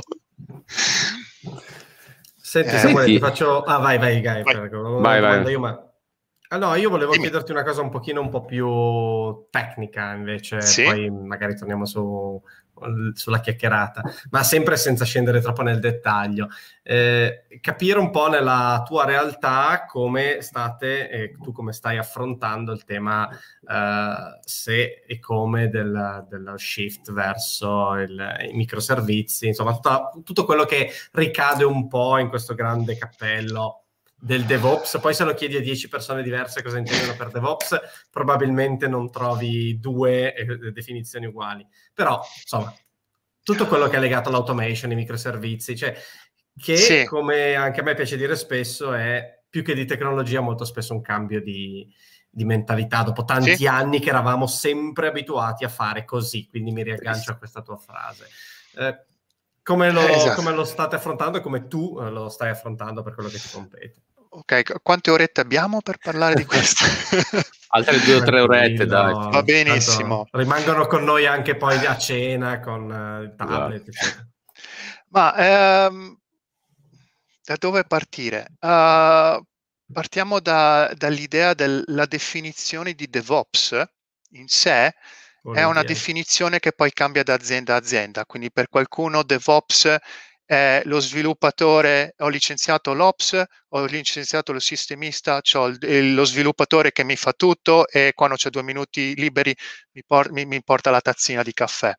Senti, Samuele, ti faccio... vai, Guy. Vai. Io, ma... Allora, io volevo chiederti una cosa un po' più tecnica, invece, poi magari torniamo sulla chiacchierata, ma sempre senza scendere troppo nel dettaglio. Capire un po' nella tua realtà come tu come stai affrontando il tema se e come dello shift verso i microservizi, insomma tutto quello che ricade un po' in questo grande cappello del DevOps. Poi se lo chiedi a 10 persone diverse cosa intendono per DevOps, probabilmente non trovi 2 definizioni uguali. Però, insomma, tutto quello che è legato all'automation, ai microservizi, cioè che, come anche a me piace dire spesso, è più che di tecnologia molto spesso un cambio di mentalità, dopo tanti anni che eravamo sempre abituati a fare così. Quindi mi riaggancio a questa tua frase. Come lo state affrontando e come tu lo stai affrontando per quello che ti compete? Ok, quante orette abbiamo per parlare di questo? Altre 2 o 3 orette, dai. Va benissimo. Rimangono con noi anche poi a cena con il tablet, eccetera. Ma da dove partire? Partiamo dall'idea della definizione di DevOps in sé. È una definizione che poi cambia da azienda a azienda, quindi per qualcuno DevOps lo sviluppatore, ho licenziato l'Ops, ho licenziato il sistemista, c'ho lo sviluppatore che mi fa tutto e quando c'è 2 minuti liberi mi porta la tazzina di caffè.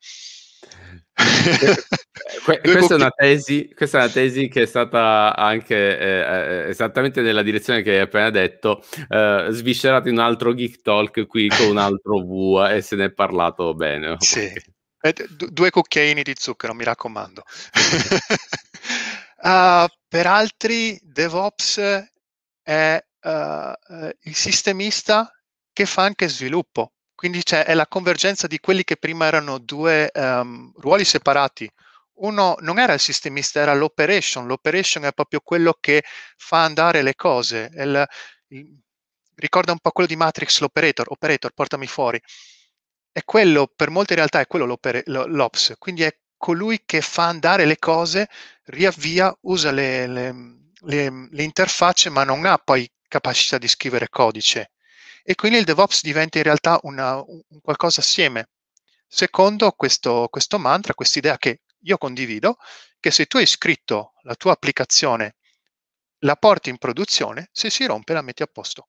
Questa è una tesi che è stata anche esattamente nella direzione che hai appena detto, sviscerata in un altro Geek Talk qui con un altro V e se ne è parlato bene. Sì. 2 cucchiaini di zucchero, mi raccomando. Per altri DevOps è il sistemista che fa anche sviluppo, quindi è la convergenza di quelli che prima erano 2 ruoli separati. Uno non era il sistemista, era l'operation è proprio quello che fa andare le cose, ricorda un po' quello di Matrix, operator, portami fuori. È quello, per molte realtà è quello l'ops, quindi è colui che fa andare le cose, riavvia, usa le interfacce, ma non ha poi capacità di scrivere codice. E quindi il DevOps diventa in realtà un qualcosa assieme. Secondo questo mantra, quest'idea che io condivido, che se tu hai scritto la tua applicazione, la porti in produzione, se si rompe la metti a posto.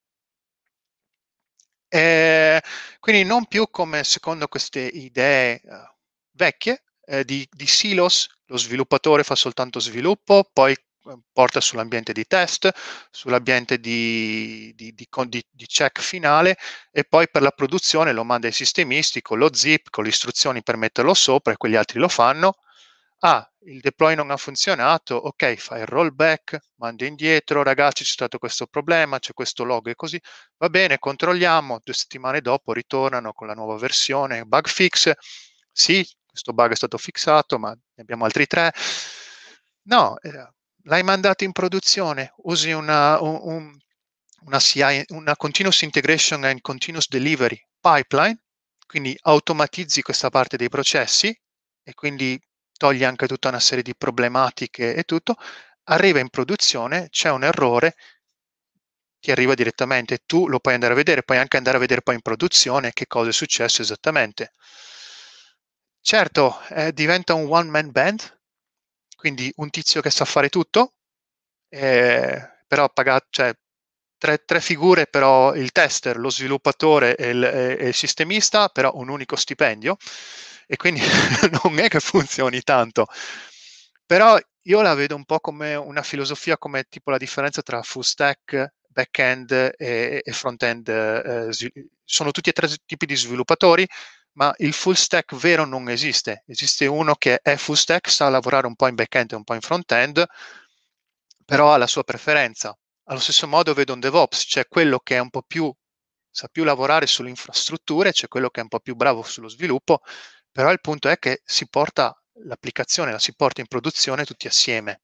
Quindi non più come secondo queste idee vecchie di silos, lo sviluppatore fa soltanto sviluppo, poi porta sull'ambiente di test, sull'ambiente di check finale e poi per la produzione lo manda ai sistemisti con lo zip, con le istruzioni per metterlo sopra e quegli altri lo fanno. Il deploy non ha funzionato, ok, fai il rollback, mandi indietro, ragazzi c'è stato questo problema, c'è questo log e così, va bene, controlliamo, 2 settimane dopo ritornano con la nuova versione, bug fix, sì, questo bug è stato fissato, ma ne abbiamo altri 3. No, l'hai mandato in produzione, usi una CI, una Continuous Integration and Continuous Delivery pipeline, quindi automatizzi questa parte dei processi e quindi togli anche tutta una serie di problematiche e tutto, arriva in produzione, c'è un errore, ti arriva direttamente, tu lo puoi andare a vedere, puoi anche andare a vedere poi in produzione che cosa è successo esattamente. Certo, diventa un one-man band, quindi un tizio che sa fare tutto, però cioè, tre figure, però il tester, lo sviluppatore e il sistemista, però un unico stipendio, e quindi non è che funzioni tanto. Però io la vedo un po' come una filosofia, come tipo la differenza tra full stack, back-end e front-end. Sono tutti e 3 tipi di sviluppatori, ma il full stack vero non esiste. Esiste uno che è full stack, sa lavorare un po' in back-end e un po' in front-end, però ha la sua preferenza. Allo stesso modo vedo un DevOps, c'è quello che è un po' più, sa più lavorare sulle infrastrutture, c'è quello che è un po' più bravo sullo sviluppo, però il punto è che si porta l'applicazione, la si porta in produzione tutti assieme.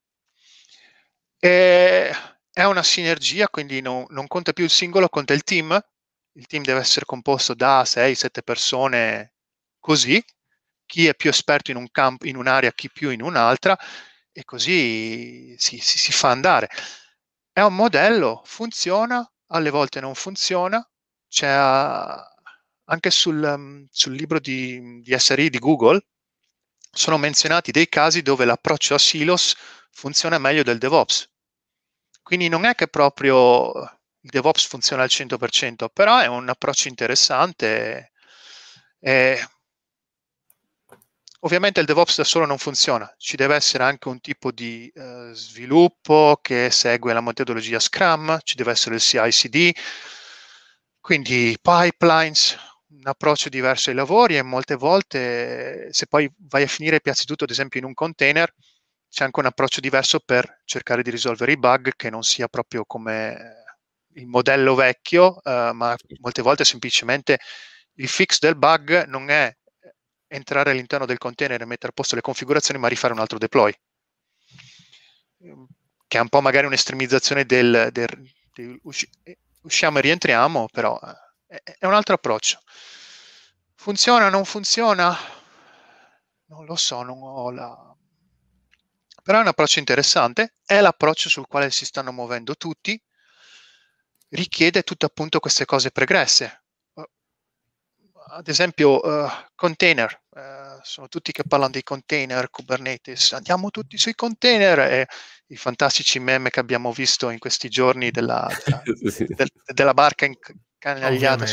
È una sinergia, quindi non conta più il singolo, conta il team. Il team deve essere composto da 6-7 persone così, chi è più esperto in un campo, in un'area, chi più in un'altra, e così si fa andare. È un modello, funziona, alle volte non funziona, c'è anche sul libro di SRI di Google, sono menzionati dei casi dove l'approccio a silos funziona meglio del DevOps. Quindi non è che proprio il DevOps funziona al 100%, però è un approccio interessante. Ovviamente il DevOps da solo non funziona, ci deve essere anche un tipo di sviluppo che segue la metodologia Scrum, ci deve essere il CI/CD, quindi pipelines, un approccio diverso ai lavori e molte volte se poi vai a finire e piazzi tutto ad esempio in un container, c'è anche un approccio diverso per cercare di risolvere i bug che non sia proprio come il modello vecchio, ma molte volte semplicemente il fix del bug non è entrare all'interno del container e mettere a posto le configurazioni, ma rifare un altro deploy, che è un po' magari un'estremizzazione del usciamo e rientriamo, però è un altro approccio. Funziona, non funziona? Non lo so, non ho la... Però è un approccio interessante, è l'approccio sul quale si stanno muovendo tutti, richiede tutte appunto queste cose pregresse. Ad esempio container, sono tutti che parlano dei container Kubernetes, andiamo tutti sui container, e i fantastici meme che abbiamo visto in questi giorni della barca incagliata.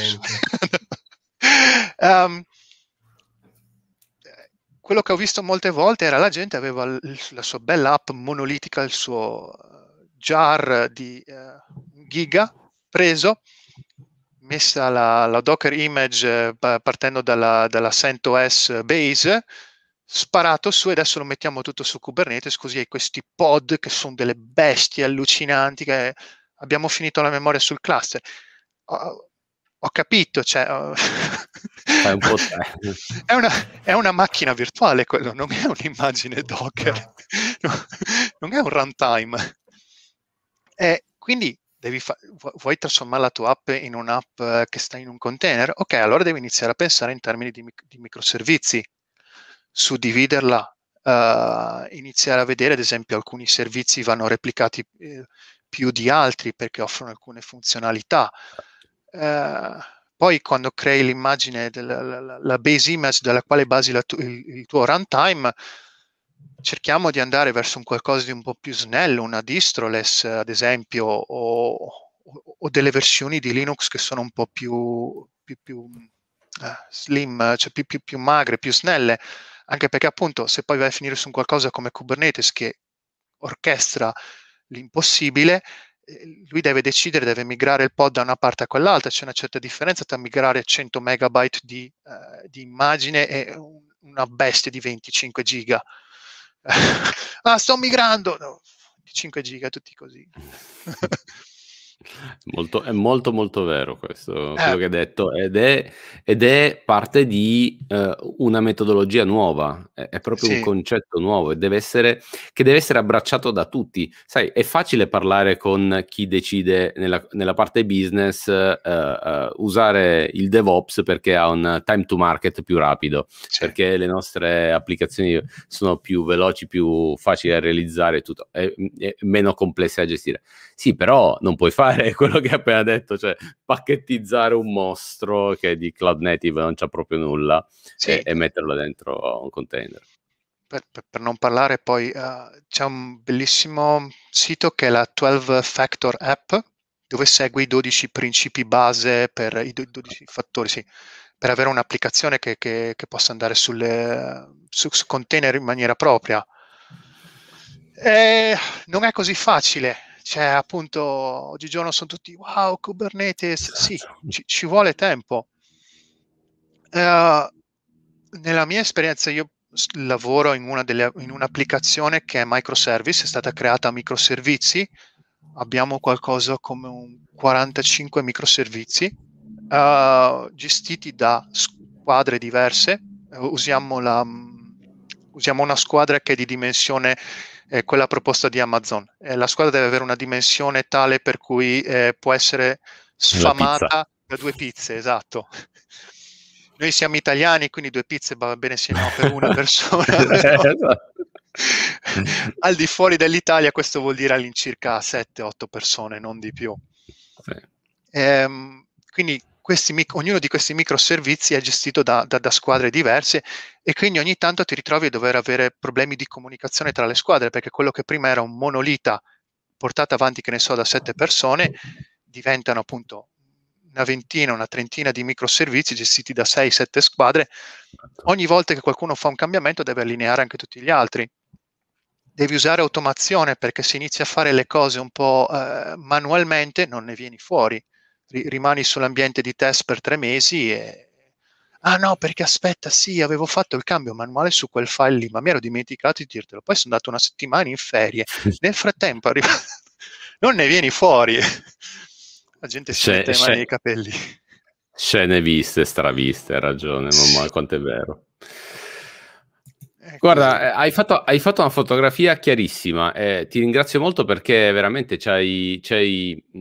Quello che ho visto molte volte era la gente aveva la sua bella app monolitica, il suo jar di giga preso, messa la Docker image partendo dalla CentOS base, sparato su, e adesso lo mettiamo tutto su Kubernetes, così hai questi pod che sono delle bestie allucinanti, che abbiamo finito la memoria sul cluster. Ho capito, cioè, Fai un po' è una macchina virtuale quello, non è un'immagine Docker, non è un runtime. E quindi vuoi trasformare la tua app in un'app che sta in un container? Ok, allora devi iniziare a pensare in termini di microservizi, suddividerla, iniziare a vedere, ad esempio, alcuni servizi vanno replicati più di altri perché offrono alcune funzionalità. Poi quando crei l'immagine, la base image dalla quale basi il tuo runtime, cerchiamo di andare verso un qualcosa di un po' più snello, una distroless ad esempio, o delle versioni di Linux che sono un po' più slim, cioè più magre, più snelle, anche perché appunto se poi vai a finire su un qualcosa come Kubernetes che orchestra l'impossibile, lui deve decidere, deve migrare il pod da una parte a quell'altra, c'è una certa differenza tra migrare 100 megabyte di immagine e una bestia di 25 giga. Sto migrando, no, 5 giga, tutti così. È molto molto vero questo, quello che hai detto, ed è parte di una metodologia nuova, è proprio un concetto nuovo, e deve essere abbracciato da tutti. Sai, è facile parlare con chi decide nella parte business usare il DevOps perché ha un time to market più rapido, perché le nostre applicazioni sono più veloci, più facili da realizzare, tutto è meno complesse da gestire. Sì, però non puoi fare quello che hai appena detto, cioè pacchettizzare un mostro che di cloud native non c'ha proprio nulla e metterlo dentro un container. Per non parlare poi, c'è un bellissimo sito che è la 12 Factor App, dove segui i 12 principi base per i 12 fattori, per avere un'applicazione che possa andare su container in maniera propria. Non è così facile. Cioè, appunto, oggigiorno sono tutti wow, Kubernetes, sì, ci vuole tempo. Nella mia esperienza io lavoro in un'applicazione che è microservice, è stata creata a microservizi, abbiamo qualcosa come un 45 microservizi gestiti da squadre diverse, usiamo una squadra che è di dimensione quella proposta di Amazon. La squadra deve avere una dimensione tale per cui può essere sfamata da 2 pizze, esatto. Noi siamo italiani, quindi 2 pizze va bene se no per una persona. Al di fuori dell'Italia questo vuol dire all'incirca 7-8 persone, non di più. Quindi ognuno di questi microservizi è gestito da squadre diverse, e quindi ogni tanto ti ritrovi a dover avere problemi di comunicazione tra le squadre, perché quello che prima era un monolita portato avanti, che ne so, da 7 persone, diventano appunto una ventina, una trentina di microservizi gestiti da 6-7 squadre. Ogni volta che qualcuno fa un cambiamento deve allineare anche tutti gli altri. Devi usare automazione, perché se inizi a fare le cose un po' manualmente non ne vieni fuori. Rimani sull'ambiente di test per 3 mesi e no, perché aspetta, sì, avevo fatto il cambio manuale su quel file lì, ma mi ero dimenticato di dirtelo, poi sono andato una settimana in ferie, nel frattempo non ne vieni fuori. La gente si mette le mani nei capelli. Scene viste, straviste, hai ragione, mamma, quanto è vero. Guarda, hai fatto una fotografia chiarissima, ti ringrazio molto, perché veramente hai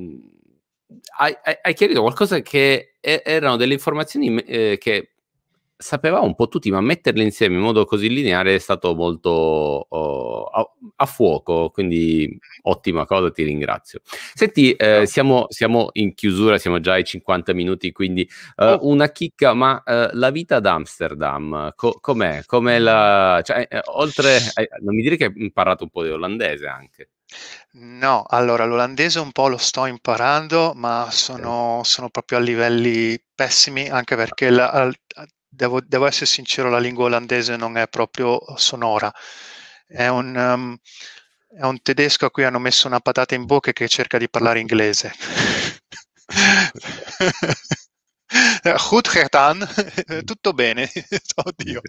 chiarito qualcosa che erano delle informazioni che sapevamo un po' tutti, ma metterle insieme in modo così lineare è stato molto a fuoco, quindi ottima cosa, ti ringrazio. Senti, siamo in chiusura, siamo già ai 50 minuti, quindi una chicca, ma la vita ad Amsterdam, com'è? Cioè, oltre, non mi dire che hai imparato un po' di olandese anche. No, allora l'olandese un po' lo sto imparando, ma sono proprio a livelli pessimi, anche perché devo essere sincero, la lingua olandese non è proprio sonora. È un tedesco a cui hanno messo una patata in bocca e che cerca di parlare inglese. Goed gedaan, tutto bene. Oddio.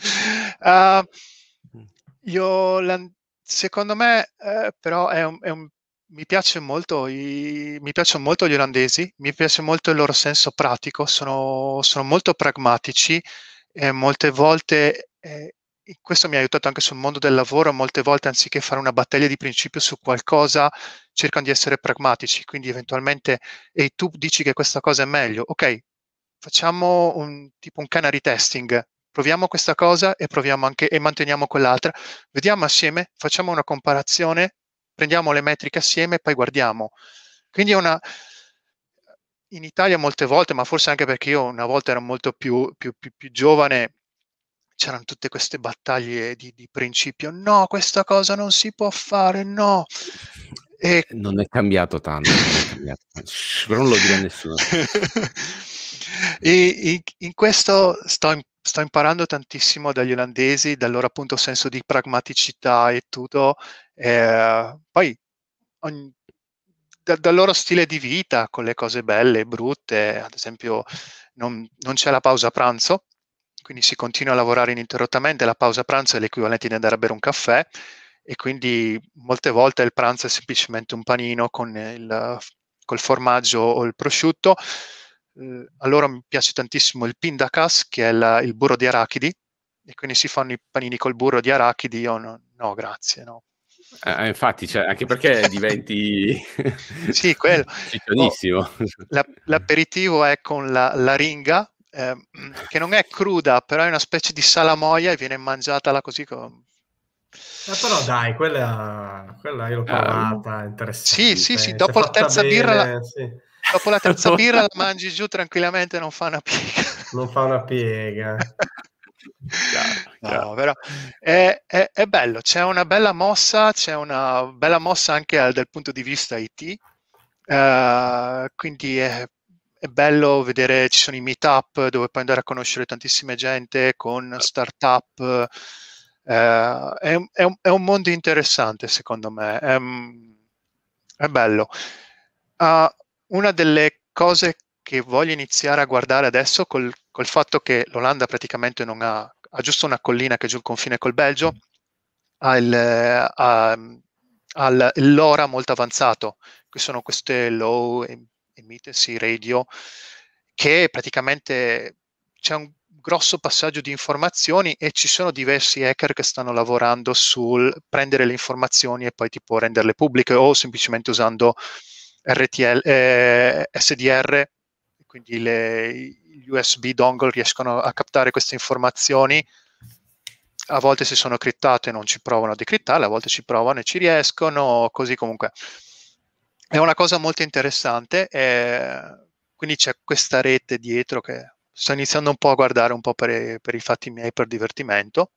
Secondo me, però, mi piace molto mi piacciono molto gli olandesi, mi piace molto il loro senso pratico, sono molto pragmatici e molte volte, questo mi ha aiutato anche sul mondo del lavoro, molte volte anziché fare una battaglia di principio su qualcosa, cercano di essere pragmatici, quindi eventualmente, e tu dici che questa cosa è meglio, ok, facciamo tipo un canary testing, proviamo questa cosa e proviamo anche e manteniamo quell'altra, vediamo assieme, facciamo una comparazione, prendiamo le metriche assieme e poi guardiamo. Quindi in Italia molte volte, ma forse anche perché io una volta ero molto più giovane, c'erano tutte queste battaglie di principio, no, questa cosa non si può fare, no. Non è cambiato tanto, però non lo dire a nessuno. E in questo sto imparando tantissimo dagli olandesi, dal loro appunto senso di pragmaticità e tutto. Poi dal loro stile di vita, con le cose belle e brutte, ad esempio non c'è la pausa pranzo, quindi si continua a lavorare ininterrottamente, la pausa pranzo è l'equivalente di andare a bere un caffè e quindi molte volte il pranzo è semplicemente un panino col formaggio o il prosciutto. Allora mi piace tantissimo il pindakas, che è il burro di arachidi, e quindi si fanno i panini col burro di arachidi. Io no, grazie, no. Infatti, cioè, anche perché diventi sì, quello. ciccionissimo. L'aperitivo è con la ringa, che non è cruda, però è una specie di salamoia e viene mangiata così con... però dai, quella io l'ho provata, interessante. Sì, dopo la terza birra dopo la terza birra la mangi giù tranquillamente, non fa una piega. Non fa una piega. No, però è bello, c'è una bella mossa anche dal punto di vista IT, quindi è bello vedere, ci sono i meetup dove puoi andare a conoscere tantissime gente con startup, è un mondo interessante secondo me, è bello. Una delle cose che voglio iniziare a guardare adesso col fatto che l'Olanda praticamente non ha giusto una collina che è giù il confine col Belgio, ha il LoRa molto avanzato, che sono queste low emitters radio, che praticamente c'è un grosso passaggio di informazioni e ci sono diversi hacker che stanno lavorando sul prendere le informazioni e poi tipo renderle pubbliche o semplicemente usando RTL, SDR, quindi gli USB dongle riescono a captare queste informazioni. A volte si sono criptate e non ci provano a decrittarle, a volte ci provano e ci riescono, così comunque. È una cosa molto interessante, quindi c'è questa rete dietro che sto iniziando un po' a guardare un po' per i fatti miei, per divertimento.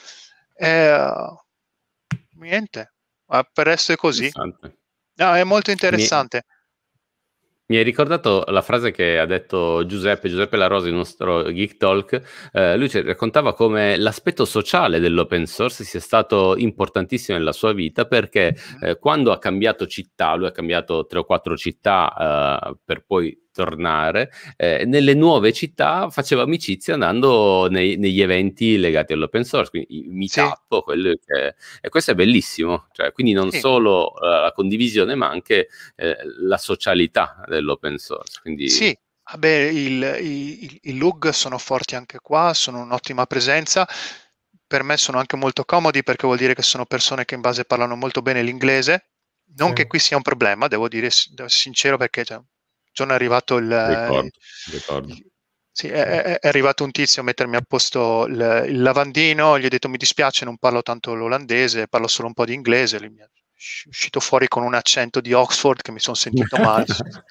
Niente, per resto è così. No, è molto interessante. Mi hai ricordato la frase che ha detto Giuseppe La Rosa, il nostro Geek Talk. Lui ci raccontava come l'aspetto sociale dell'open source sia stato importantissimo nella sua vita, perché quando ha cambiato città, lui ha cambiato 3 o 4 città per poi tornare, nelle nuove città faceva amicizia andando negli eventi legati all'open source, quindi i meetup, e questo è bellissimo, cioè, quindi non solo la condivisione ma anche la socialità dell'open source. Quindi... Sì, vabbè, i LUG sono forti anche qua, sono un'ottima presenza. Per me sono anche molto comodi perché vuol dire che sono persone che in base parlano molto bene l'inglese. Non che qui sia un problema, devo essere sincero, perché giorno è arrivato Ricordo. Sì, è arrivato un tizio a mettermi a posto il lavandino, gli ho detto mi dispiace, non parlo tanto l'olandese, parlo solo un po' di inglese, lui mi è uscito fuori con un accento di Oxford che mi sono sentito male.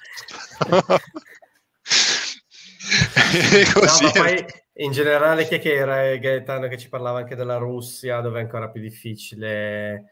Così. No, ma poi in generale chi è che era Gaetano che ci parlava anche della Russia, dove è ancora più difficile,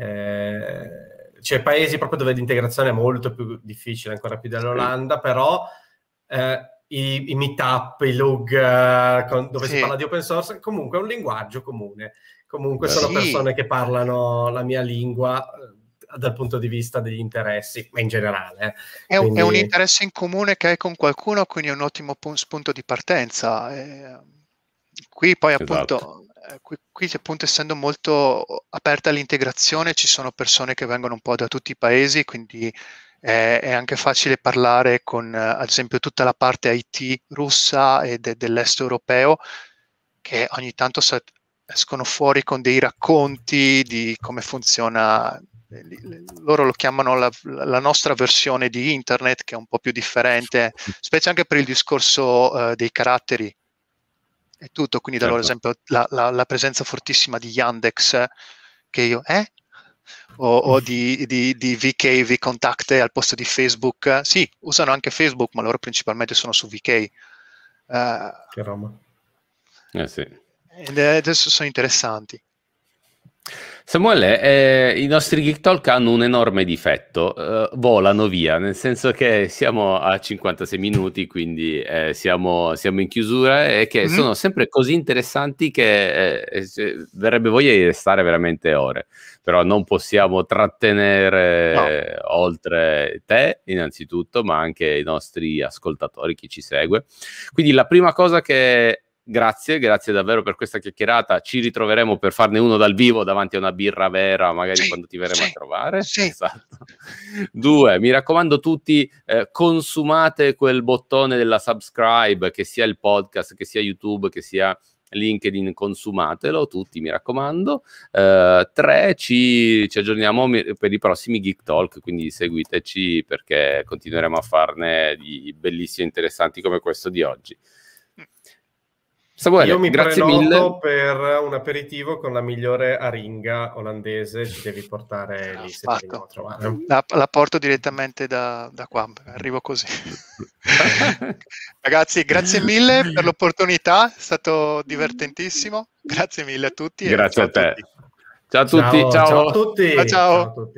cioè paesi proprio dove l'integrazione è molto più difficile, ancora più dell'Olanda, però i meetup, i log dove si parla di open source, comunque è un linguaggio comune, comunque sono persone che parlano la mia lingua dal punto di vista degli interessi, ma in generale. È un interesse in comune che hai con qualcuno, quindi è un ottimo spunto di partenza. Qui poi appunto, qui appunto essendo molto aperta all'integrazione, ci sono persone che vengono un po' da tutti i paesi, quindi è anche facile parlare con, ad esempio, tutta la parte IT russa e dell'est europeo, che ogni tanto escono fuori con dei racconti di come funziona. Loro lo chiamano la nostra versione di internet, che è un po' più differente, specie anche per il discorso dei caratteri e tutto, quindi da loro, ad esempio, la presenza fortissima di Yandex, che io o di VK, VKontakte al posto di Facebook. Sì, usano anche Facebook, ma loro principalmente sono su VK. Che roba. Sì. Ed adesso sono interessanti. Samuele, i nostri Geek Talk hanno un enorme difetto, volano via, nel senso che siamo a 56 minuti, quindi siamo in chiusura, e che sono sempre così interessanti che verrebbe voglia di restare veramente ore, però non possiamo trattenere oltre te innanzitutto, ma anche i nostri ascoltatori, chi ci segue. Quindi la prima cosa che... Grazie davvero per questa chiacchierata. Ci ritroveremo per farne uno dal vivo davanti a una birra vera, magari quando ti verremo a trovare. Sì. Esatto. 2, mi raccomando tutti, consumate quel bottone della subscribe, che sia il podcast, che sia YouTube, che sia LinkedIn, consumatelo tutti, mi raccomando. 3, ci aggiorniamo per i prossimi Geek Talk, quindi seguiteci perché continueremo a farne di bellissimi e interessanti come questo di oggi. Samuele, io mi grazie prenoto mille per un aperitivo con la migliore aringa olandese, ci devi portare lì se ti veniamo a trovare. La porto direttamente da qua, arrivo così. Ragazzi, grazie mille per l'opportunità, è stato divertentissimo. Grazie mille a tutti. Grazie a te. Tutti. Ciao a tutti. Ciao a tutti. Ciao. Ciao a tutti.